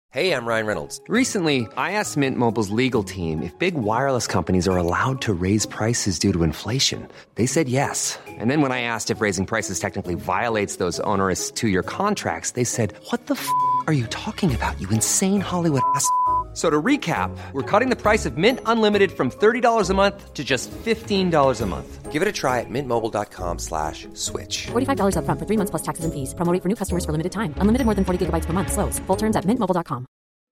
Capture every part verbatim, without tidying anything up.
Hey, I'm Ryan Reynolds. Recently, I asked Mint Mobile's legal team if big wireless companies are allowed to raise prices due to inflation. They said yes. And then when I asked if raising prices technically violates those onerous two-year contracts, they said, "What the f*** are you talking about, you insane Hollywood ass?" So to recap, we're cutting the price of Mint Unlimited from thirty dollars a month to just fifteen dollars a month. Give it a try at mintmobile.com slash switch. forty-five dollars up front for three months plus taxes and fees. Promo rate for new customers for limited time. Unlimited more than forty gigabytes per month. Slows full terms at mint mobile dot com.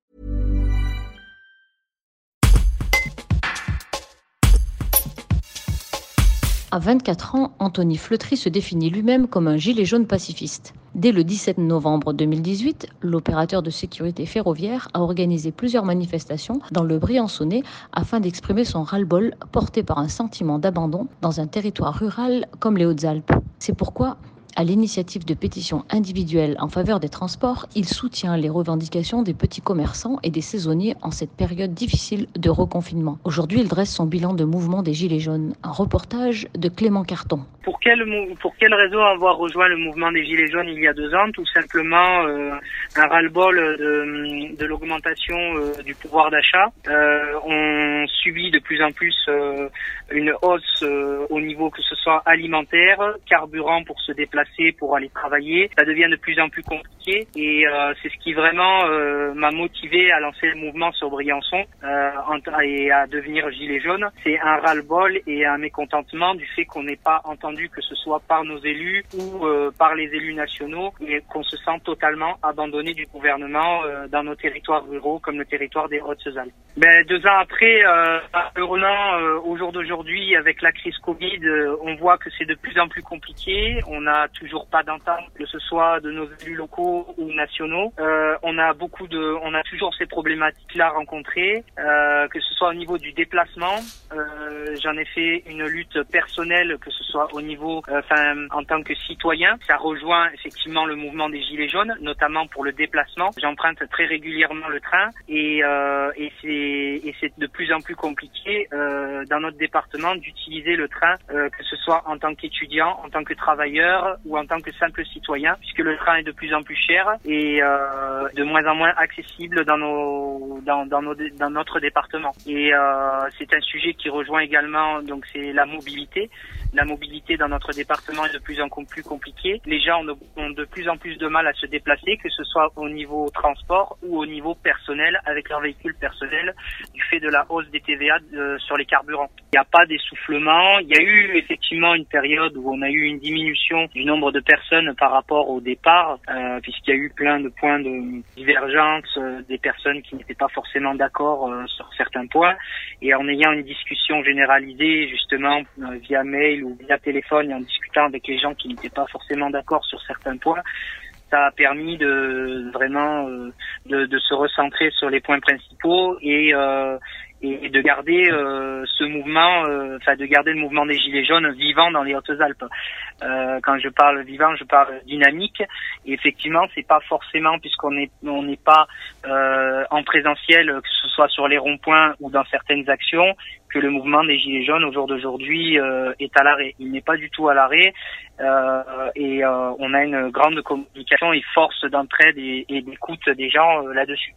À vingt-quatre ans, Anthony Fleutry se définit lui-même comme un gilet jaune pacifiste. Dès le dix-sept novembre deux mille dix-huit, l'opérateur de sécurité ferroviaire a organisé plusieurs manifestations dans le Briançonnais afin d'exprimer son ras-le-bol porté par un sentiment d'abandon dans un territoire rural comme les Hautes-Alpes. C'est pourquoi, à l'initiative de pétitions individuelles en faveur des transports, il soutient les revendications des petits commerçants et des saisonniers en cette période difficile de reconfinement. Aujourd'hui, il dresse son bilan de mouvement des Gilets jaunes. Un reportage de Clément Carton. Pour quelle, pour quelle raison avoir rejoint le mouvement des Gilets jaunes il y a deux ans? Tout simplement euh, un ras-le-bol de, de l'augmentation euh, du pouvoir d'achat. Euh, on subit de plus en plus euh, une hausse euh, au niveau que ce soit alimentaire, carburant pour se déplacer, pour aller travailler. Ça devient de plus en plus compliqué et euh, c'est ce qui vraiment euh, m'a motivé à lancer le mouvement sur Briançon euh, et à devenir gilet jaune. C'est un ras-le-bol et un mécontentement du fait qu'on n'est pas entendu, que ce soit par nos élus ou euh, par les élus nationaux, et qu'on se sent totalement abandonné du gouvernement euh, dans nos territoires ruraux comme le territoire des Hautes-Alpes. Ben, deux ans après, euh, heureusement, euh, au jour d'aujourd'hui, avec la crise Covid, euh, on voit que c'est de plus en plus compliqué. On n'a toujours pas d'entente, que ce soit de nos élus locaux ou nationaux. Euh, on a beaucoup de, on a toujours ces problématiques-là rencontrées, euh, que ce soit au niveau du déplacement. Euh, j'en ai fait une lutte personnelle, que ce soit au niveau, enfin, euh, en tant que citoyen. Ça rejoint effectivement le mouvement des Gilets jaunes, notamment pour le déplacement. J'emprunte très régulièrement le train et, euh, et c'est, et c'est de plus en plus compliqué euh, dans notre département d'utiliser le train, euh, que ce soit en tant qu'étudiant, en tant que travailleur ou en tant que simple citoyen, puisque le train est de plus en plus cher et euh, de moins en moins accessible dans nos, dans, dans, nos, dans notre département. Et euh, c'est un sujet qui rejoint également, donc c'est la mobilité. La mobilité dans notre département est de plus en plus compliquée. Les gens ont de plus en plus de mal à se déplacer, que ce soit au niveau transport ou au niveau personnel, avec leur véhicule personnel, du fait de la hausse des T V A de, sur les carburants. Il n'y a pas d'essoufflement. Il y a eu effectivement une période où on a eu une diminution du nombre de personnes par rapport au départ, euh, puisqu'il y a eu plein de points de divergence, euh, des personnes qui n'étaient pas forcément d'accord euh, sur certains points. Et en ayant une discussion généralisée, justement, euh, via mail ou via téléphone, et en discutant avec les gens qui n'étaient pas forcément d'accord sur certains points, ça a permis de vraiment euh, de, de se recentrer sur les points principaux et euh, et de garder euh, ce mouvement, enfin euh, de garder le mouvement des Gilets jaunes vivant dans les Hautes-Alpes. Euh, quand je parle vivant, je parle dynamique. Et effectivement, c'est pas forcément, puisqu'on est on n'est pas euh, en présentiel, que ce soit sur les ronds-points ou dans certaines actions, que le mouvement des Gilets jaunes au jour d'aujourd'hui euh, est à l'arrêt. Il n'est pas du tout à l'arrêt euh, et euh, on a une grande communication et force d'entraide et, et d'écoute des gens euh, là-dessus.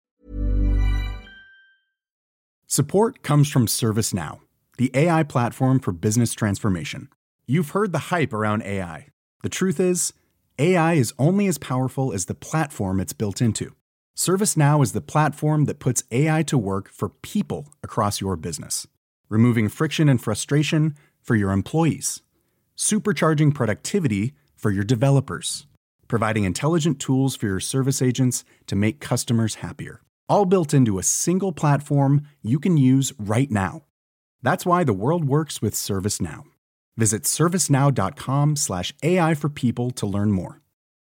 Support comes from ServiceNow, the A I platform for business transformation. You've heard the hype around A I. The truth is, A I is only as powerful as the platform it's built into. ServiceNow is the platform that puts A I to work for people across your business, removing friction and frustration for your employees, supercharging productivity for your developers, providing intelligent tools for your service agents to make customers happier. All built into a single platform you can use right now. That's why the world works with ServiceNow. Visit servicenow.com slash AI for people to learn more.